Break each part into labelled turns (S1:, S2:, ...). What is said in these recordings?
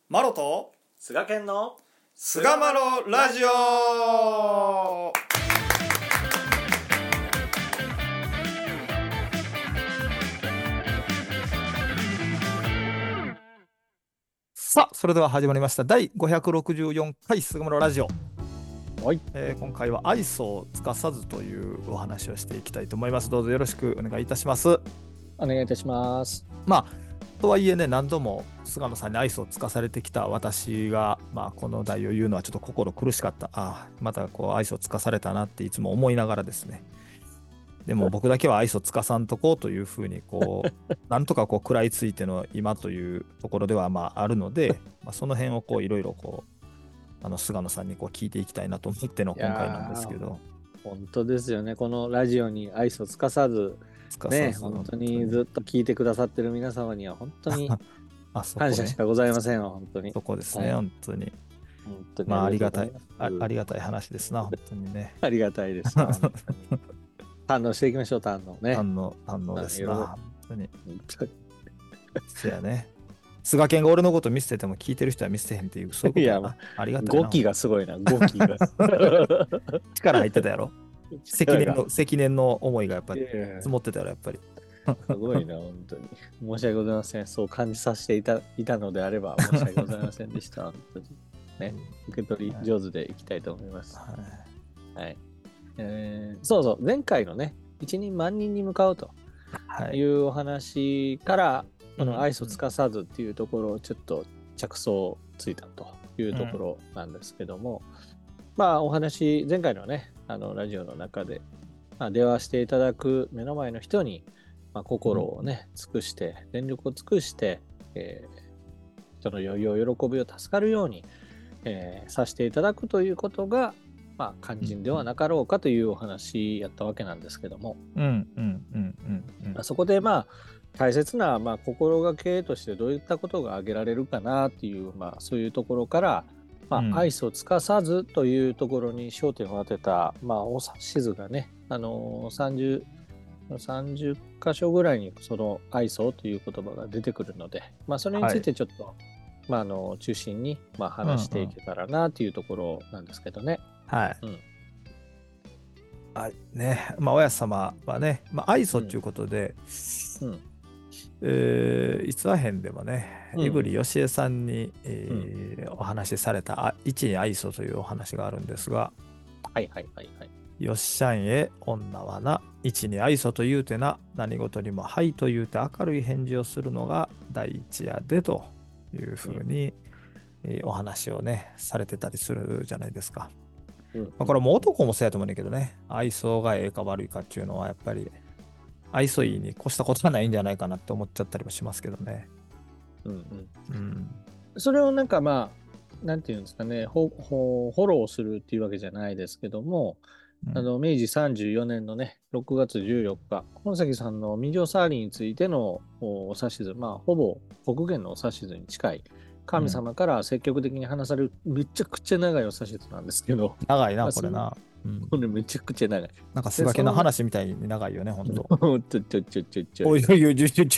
S1: マロと
S2: 菅健の
S1: 菅マロラジオ。さあそれでは始まりました第564回菅マロラジオ。
S2: はい、
S1: 今回は愛想つかさずというお話をしていきたいと思います。どうぞよろしくお願いいたします。
S2: お願いいたします。
S1: とはいえね、何度も菅野さんに愛想をつかされてきた私が、この題を言うのはちょっと心苦しかった。またこう愛想をつかされたなっていつも思いながらですね。でも僕だけは愛想つかさんとこうというふうになんとか食らいついての今というところではあるので、その辺をいろいろ菅野さんに聞いていきたいなと思っての今回なんですけど。
S2: 本当ですよね。このラジオに愛想つかさずね、本当にずっと聞いてくださってる皆様には本当に感謝しかございませんわ。本当に
S1: そこですね、本当に
S2: あ
S1: りがたい話ですな、本当にね。
S2: ありがたいですな。堪能していきましょう。堪能ね。
S1: 堪能ですな、本当に。そうやね。菅健が俺のこと見捨てても聞いてる人は見捨てへんっていう、そういうことやな。ありがたいな。
S2: 語気がすごいな、語気が。
S1: 力入ってたやろ。積年の思いがやっぱり積もってたやろ、やっぱり。
S2: すごいな、本当に。申し訳ございません。そう感じさせていたのであれば申し訳ございませんでした。本当にね、受け取り上手でいきたいと思います。はい。そう、前回のね、一人万人に向かうというお話から、この愛想つかさずっていうところをちょっと着想ついたというところなんですけども、お話、前回のね、ラジオの中で、電話していただく目の前の人に、心をね、尽くして、全力を尽くして、人の余裕、喜びを助かるように、させていただくということが、肝心ではなかろうかというお話やったわけなんですけども、そこで大切な心がけとしてどういったことが挙げられるかなっていう、そういうところから、愛想つかさずというところに焦点を当てた、お指図がね、30箇所ぐらいにその愛想という言葉が出てくるので、それについてちょっと、中心に話していけたらなというところなんですけどね。
S1: おや様はね、愛想ということで、逸話編でもね、胆振義恵さんに、お話しされた一に愛想というお話があるんですが、よっしゃんへ女はな、一に愛想と言うてな、何事にもはいと言うて明るい返事をするのが第一やでというふうに、お話をねされてたりするじゃないですか。これも男もそうやと思うんだけどね、愛想がええか悪いかっていうのはやっぱり愛想いいに越したことはないんじゃないかなって思っちゃったりもしますけどね。
S2: それをなんていうんですかね、フォローするっていうわけじゃないですけども、明治34年のね、6月14日、本崎さんの未上サーリについてのお指図、ほぼ北限のお指図に近い、神様から積極的に話される、めちゃくちゃ長いお指図なんですけど。
S1: 長いな、これな。
S2: これめちゃくちゃ長い。
S1: なんか菅家の話みたいに長いよね、ほんと。
S2: おいおいおい、
S1: すい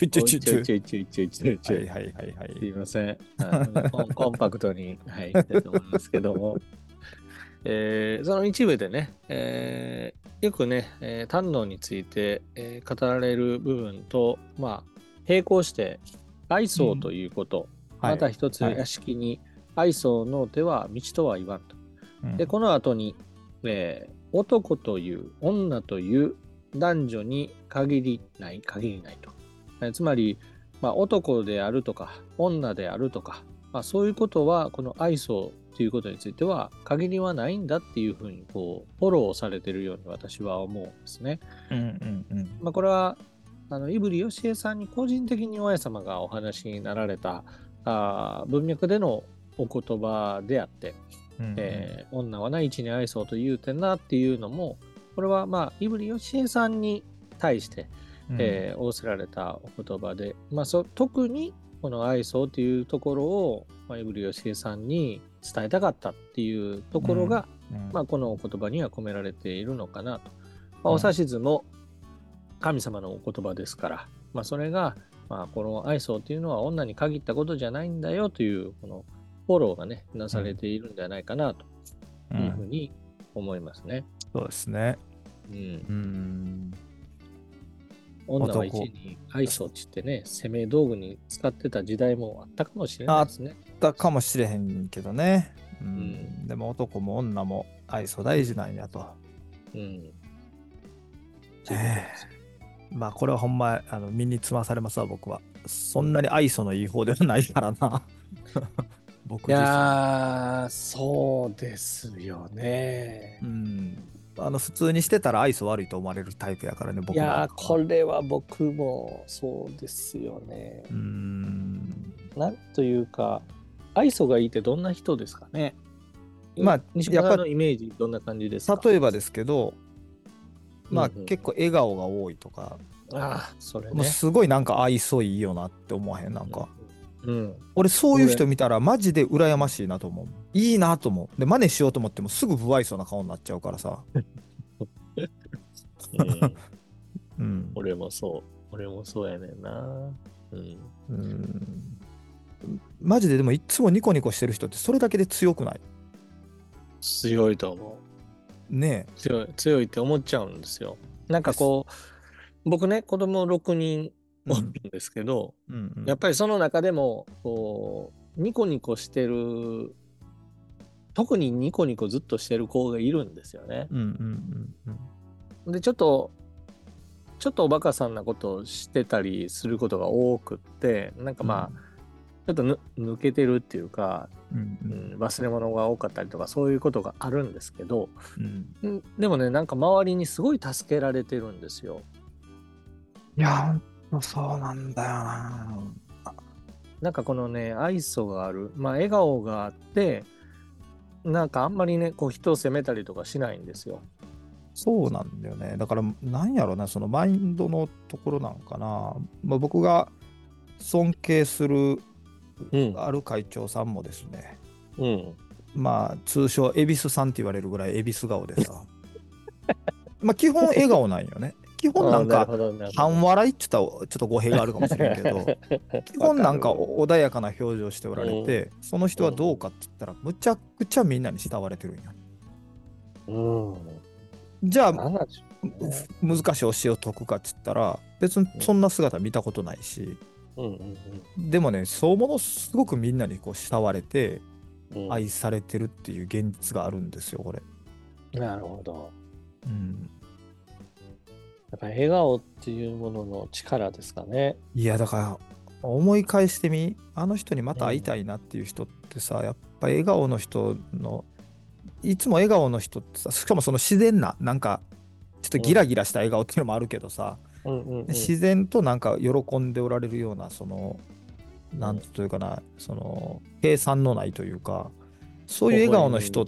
S2: ません。コンパクトに、いきたいと思いますけども。その一部でね、よくね、胆のについて、語られる部分と、並行して愛想ということ、また一つ屋敷に愛想の手は道とは言わんと。でこの後に、男という女という男女に限りないと。つまり、男であるとか女であるとか、そういうことはこの愛想ということについては限りはないんだっていうふうにフォローされているように私は思うんですね。これは胆振義恵さんに個人的に親様がお話になられた文脈でのお言葉であって、女はな一に愛想と言うてなっていうのも、これは胆振義恵さんに対して、仰せられたお言葉で、特にこの愛想というところを胆振義恵さんに伝えたかったっていうところが、このお言葉には込められているのかなと。お指図も神様のお言葉ですから、それが、この愛想というのは女に限ったことじゃないんだよというこのフォローがね、なされているんではないかなというふうに思いますね。
S1: そうですね。
S2: 女は一時に愛想って言ってね、攻め道具に使ってた時代もあったかもしれないですね。
S1: あったかもしれへんけどね。でも男も女も愛想大事なんやと。まあこれはほんま身につまされますわ、僕は。そんなに愛想のいい方ではないからな。僕自身。い
S2: やー、そうですよね。
S1: 普通にしてたら愛想悪いと思われるタイプやからね、僕
S2: なんか。いやー、これは僕もそうですよね。なんというか、愛想がいいってどんな人ですかね。まあ、西村さんのイメージどんな感じですか。
S1: 例えばですけど、まあ、結構笑顔が多いとか、
S2: それね。
S1: もうすごいなんか愛想いいよなって思わへん、なんか。俺そういう人見たらマジで羨ましいなと思う。いいなと思う。で、真似しようと思ってもすぐ不愛想な顔になっちゃうからさ。
S2: 俺もそうやねんな。
S1: マジででもいつもニコニコしてる人ってそれだけで強くない？
S2: 強いと思う。ねえ。強いって思っちゃうんですよ。なんかこう、僕ね、子供6人おるんですけど、やっぱりその中でも、こう、ニコニコしてる、特にニコニコずっとしてる子がいるんですよね。で、ちょっとおバカさんなことをしてたりすることが多くって、なんかまあ、ちょっと抜けてるっていうか、忘れ物が多かったりとかそういうことがあるんですけど、でもね、なんか周りにすごい助けられてるんですよ。
S1: いや、そうなんだよな。
S2: なんかこのね、愛想がある、まあ笑顔があって、なんかあんまりね、こう人を責めたりとかしないんですよ。
S1: そうなんだよね。だから、なんやろな、そのマインドのところなんかな。まあ、僕が尊敬するある会長さんもですね、まあ、通称、恵比寿さんって言われるぐらい恵比寿顔でさ、まあ、基本笑顔なんよね。基本なんか、半笑いって言ったらちょっと語弊があるかもしれんけど、基本なんか穏やかな表情しておられて、その人はどうかって言ったら、むちゃくちゃみんなに慕われてるんや。じゃあ、難しい教えを解くかっつったら、別にそんな姿見たことないし、でもね、そうものすごくみんなにこう慕われて、愛されてるっていう現実があるんですよ、これ。
S2: なるほど。やっぱ笑顔っていうものの力ですかね。
S1: いや、だから、思い返してみ、あの人にまた会いたいなっていう人ってさ、やっぱ笑顔の人の、いつも笑顔の人ってさ、しかもその自然な、なんか、ちょっとギラギラした笑顔っていうのもあるけどさ、自然となんか喜んでおられるような、その、なんというかな、その、計算のないというか、そういう笑顔の人って、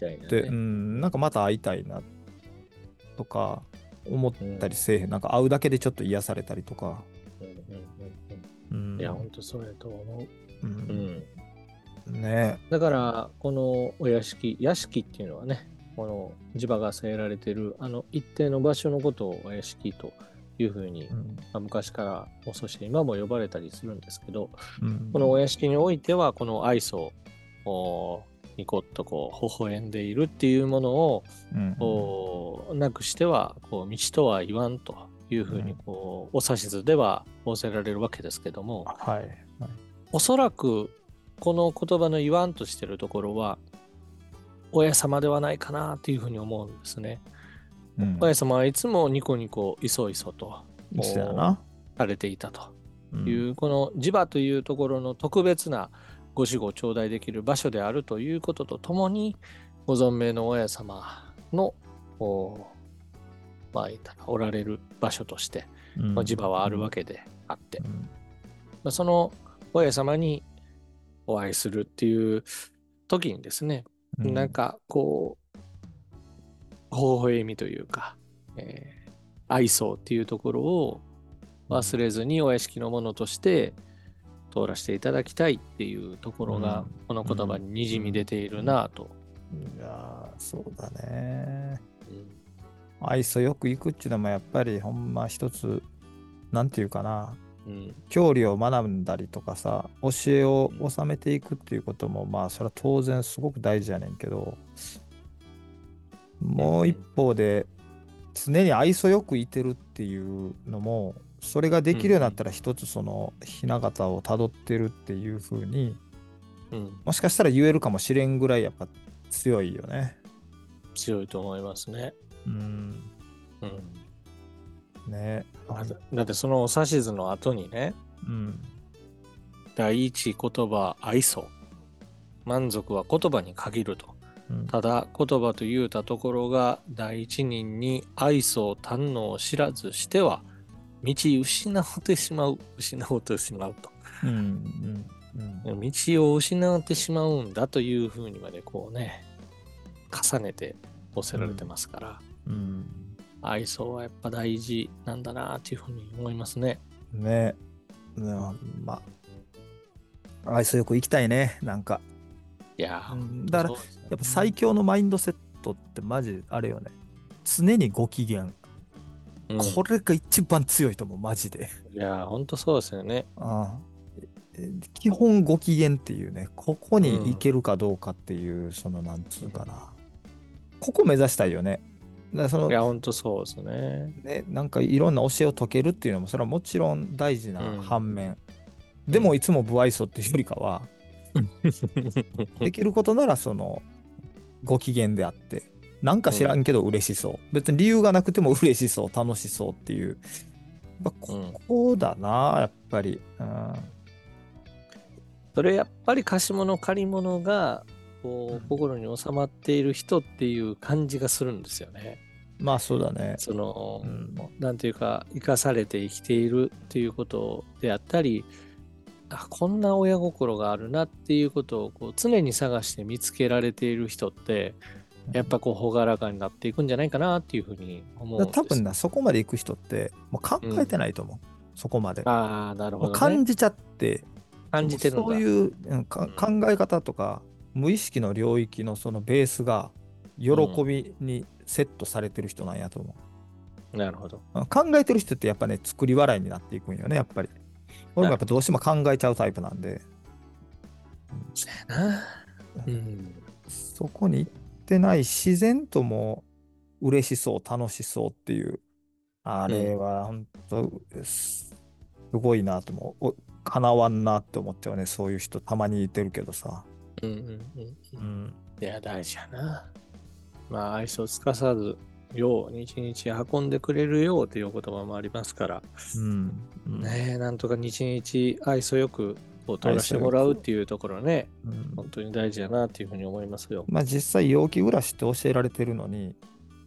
S1: なんかまた会いたいなとか思ったりせえへん、なんか会うだけでちょっと癒されたりとか。
S2: いや、本当そうやと思う。
S1: ね、
S2: だからこのお屋敷っていうのはね、この磁場が据えられている一定の場所のことをお屋敷というふうに、昔からそして今も呼ばれたりするんですけど、このお屋敷においてはこの愛想をニコッとこう微笑んでいるっていうものを、なくしてはこう道とは言わんというふうにこう、お指図では仰せられるわけですけども、おそらくこの言葉の言わんとしてるところは親様ではないかなというふうに思うんですね。親様はいつもニコニコいそいそとされていたという、この磁場というところの特別なご守護頂戴できる場所であるということとともに、ご存命の親様のおられる場所として、磁場はあるわけであって、その親様にお会いするっていう時にですね、なんかこう微笑みというか、愛想っていうところを忘れずにお屋敷のものとして通らせていただきたいっていうところが、この言葉ににじみ出ているなと。
S1: いや、そうだね。愛想よくいくっていうのもやっぱりほんま一つ、なんていうかな、 教理を学んだりとかさ、教えを収めていくっていうことも、まあ、それは当然すごく大事やねんけど、もう一方で、常に愛想よくいてるっていうのも、それができるようになったら一つその雛形をたどってるっていうふうに、もしかしたら言えるかもしれんぐらいやっぱ強いよね。
S2: 強いと思いますね。
S1: ね。
S2: だってその指図の後にね、第一言葉愛想、満足は言葉に限ると。ただ言葉と言うたところが第一人に愛想堪能を知らずしては道失ってしまうと、道を失ってしまうんだというふうにまでこうね重ねて教えられてますから、愛想はやっぱ大事なんだなっていうふうに思いますね。
S1: ね。まあ愛想よく生きたいね、なんか。
S2: いや
S1: だから、やっぱ最強のマインドセットってマジあれよね。常にご機嫌。これが一番強いと思う、マジで。
S2: いやほんとそうですよね。
S1: 基本ご機嫌っていうね、ここに行けるかどうかっていう、そのなんつうかな。ここ目指したいよね。
S2: いやほんとそうですね。
S1: なんかいろんな教えを解けるっていうのも、それはもちろん大事な反面。でもいつも不愛想っていうよりかは、できることならそのご機嫌であってなんか知らんけど嬉しそう、別に理由がなくても嬉しそう楽しそうっていう、ここだなやっぱり、
S2: それやっぱり貸し物借り物がこう心に収まっている人っていう感じがするんですよね。
S1: まあそうだね。
S2: その、なんていうか生かされて生きているっていうことであったり、こんな親心があるなっていうことをこう常に探して見つけられている人ってやっぱこう朗らかになっていくんじゃないかなっていうふうに思うんです。
S1: 多分なそこまで行く人ってもう考えてないと思う、そこまで。
S2: なるほど、ね、
S1: 感じちゃって
S2: 感じてるんだ。
S1: そういう考え方とか無意識の領域のそのベースが喜びにセットされてる人なんやと思
S2: う。なるほど。
S1: 考えてる人ってやっぱね作り笑いになっていくんよねやっぱり。俺もやっぱどうしても考えちゃうタイプなんで。
S2: そうやな。
S1: そこに行ってない自然とも嬉しそう楽しそうっていうあれは本当すごいなと思う。かなわんなって思ってはねそういう人たまにいてるけどさ。
S2: いや大事やな。まあ愛想つかさずよう日々運んでくれるようという言葉もありますから、ねなんとか日々愛想よく通らせてもらうっていうところね、本当に大事やなっていうふうに思いますよ。
S1: まあ実際陽気暮らしって教えられてるのに、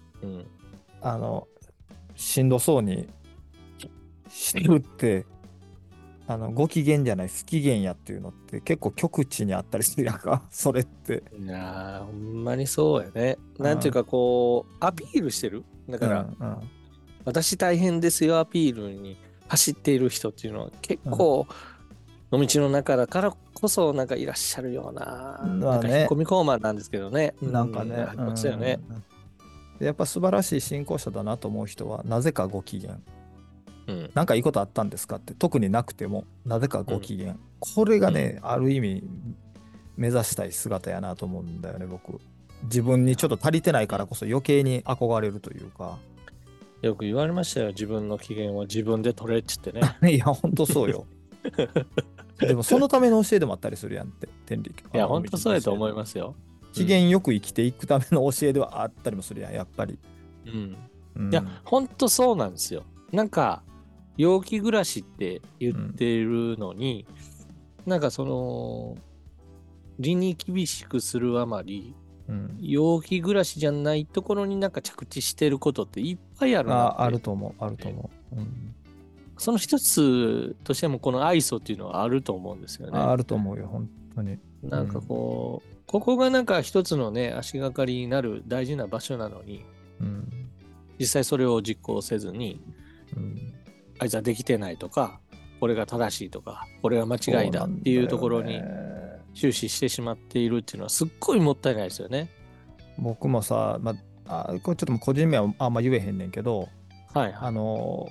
S1: しんどそうにしてるってご機嫌じゃない不機嫌やっていうのって結構極地にあったりするやんかそれって。
S2: いやほんまにそうやね。なんていうかこうアピールしてるだから、私大変ですよアピールに走っている人っていうのは結構、の道の中だからこそなんかいらっしゃるような、なんか引っ込みコーマンなんですけどね。
S1: なんかね、
S2: ありますよね。
S1: やっぱ素晴らしい信仰者だなと思う人はなぜかご機嫌。なんかいいことあったんですかって特になくてもなぜかご機嫌、これがね、ある意味目指したい姿やなと思うんだよね僕。自分にちょっと足りてないからこそ余計に憧れるというか。
S2: よく言われましたよ、自分の機嫌は自分で取れっつってね。
S1: いやほんとそうよでもそのための教えでもあったりするやんって天理。
S2: いやほんとそうやと思いますよ。
S1: 機嫌よく生きていくための教えではあったりもするやんやっぱり。
S2: いやほんとそうなんですよ。なんか陽気暮らしって言ってるのに、なんかその理に厳しくするあまり、陽気暮らしじゃないところになんか着地してることっていっぱいあるなって。
S1: あると思う
S2: その一つとしてもこの愛想っていうのはあると思うんですよね。
S1: あると思うよ本当に。
S2: なんかこう、ここがなんか一つのね足がかりになる大事な場所なのに、実際それを実行せずに、あいつはできてないとかこれが正しいとかこれが間違いだっていうところに終始してしまっているっていうのはすっごいもったいないですよね。
S1: 僕もさ、これちょっと個人名はあんま言えへんねんけど、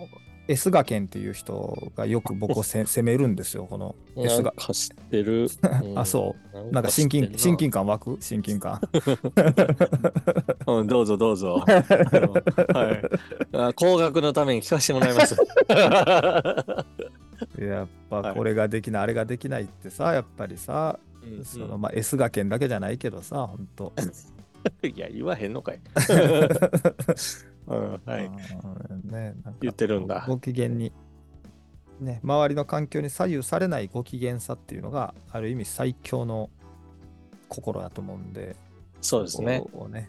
S1: S がけんっていう人がよく僕を責めるんですよ、この S が。
S2: なんか知ってる。
S1: あ、そう。なんか親近感湧く親近感。
S2: うん、どうぞどうぞ。はい。高額のために聞かせてもらいます。
S1: やっぱこれができない、あれができないってさ、やっぱりさ、まあ、S がけんだけじゃないけどさ、本当。
S2: いや、言わへんのかい。はい。
S1: ね、なんか
S2: 言ってるんだ。
S1: ご機嫌に、ね、周りの環境に左右されないご機嫌さっていうのが、ある意味最強の心だと思うんで、
S2: そうですね。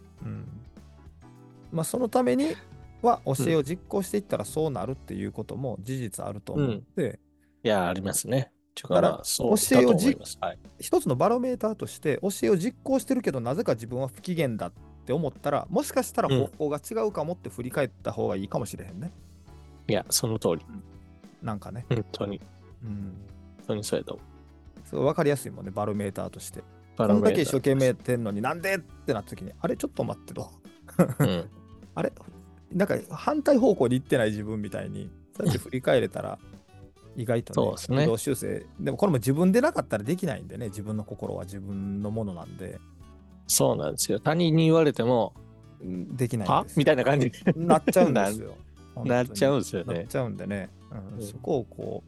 S1: まあ、そのためには教えを実行していったらそうなるっていうことも事実あると思うので、
S2: いや、ありますね。
S1: だから教えを一つのバロメーターとして教えを実行してるけどなぜか自分は不機嫌だって思ったら、もしかしたら方向が違うかもって振り返った方がいいかもしれへんね。
S2: いや、その通り。
S1: なんかね。
S2: 本当に。本当にそうやと思う。
S1: すごい分かりやすいもんね、バロメーターとして。こんだけ一生懸命やってんのになんでってなった時に、あれちょっと待ってと。あれなんか反対方向に行ってない自分みたいに、そうやって振り返れたら、意外とね、軌道修正。でもこれも自分でなかったらできないんでね、自分の心は自分のものなんで。
S2: そうなんですよ。他人に言われても、
S1: できないんです。
S2: みたいな感じ
S1: になっちゃうんですよ。
S2: なっちゃうんですよね。
S1: なっちゃうんでね。そこをこ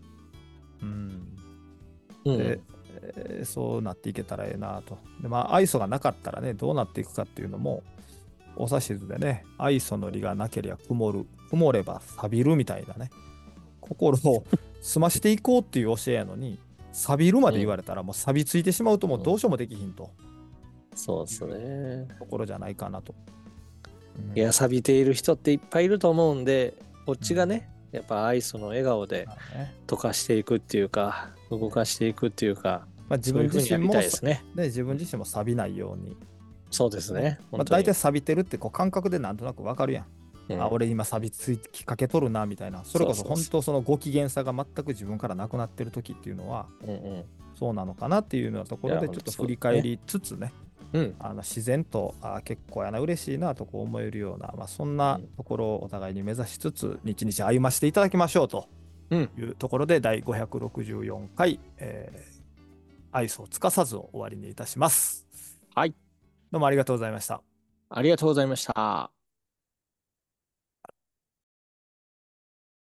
S1: う、で、そうなっていけたらええなと。で、まあ、愛想がなかったらね、どうなっていくかっていうのも、お指図でね、愛想の理がなければ曇れば錆びるみたいなね、心を澄ましていこうっていう教えやのに、錆びるまで言われたらもう錆びついてしまうともうどうしようもできひんと。
S2: そうですね。
S1: ところじゃないかなと。
S2: いや、錆びている人っていっぱいいると思うんで、こっちがね、やっぱ愛想の笑顔で溶かしていくっていうか、動かしていくっていうか、
S1: まあ、自分自身も自分自身も錆びないように。
S2: そうですね。
S1: まあ、大体錆びてるってこう感覚でなんとなくわかるやん。俺今錆びつきかけとるなみたいな。それこそ本当そのご機嫌さが全く自分からなくなってる時っていうのは、そうなのかなっていうようなところでちょっと振り返りつつね、自然と結構やな嬉しいなとこう思えるような、まあ、そんなところをお互いに目指しつつ日々歩ましていただきましょうというところで、第564回、愛想つかさずを終わりにいたします。
S2: はい。
S1: どうもありがとうございました。
S2: ありがとうございました。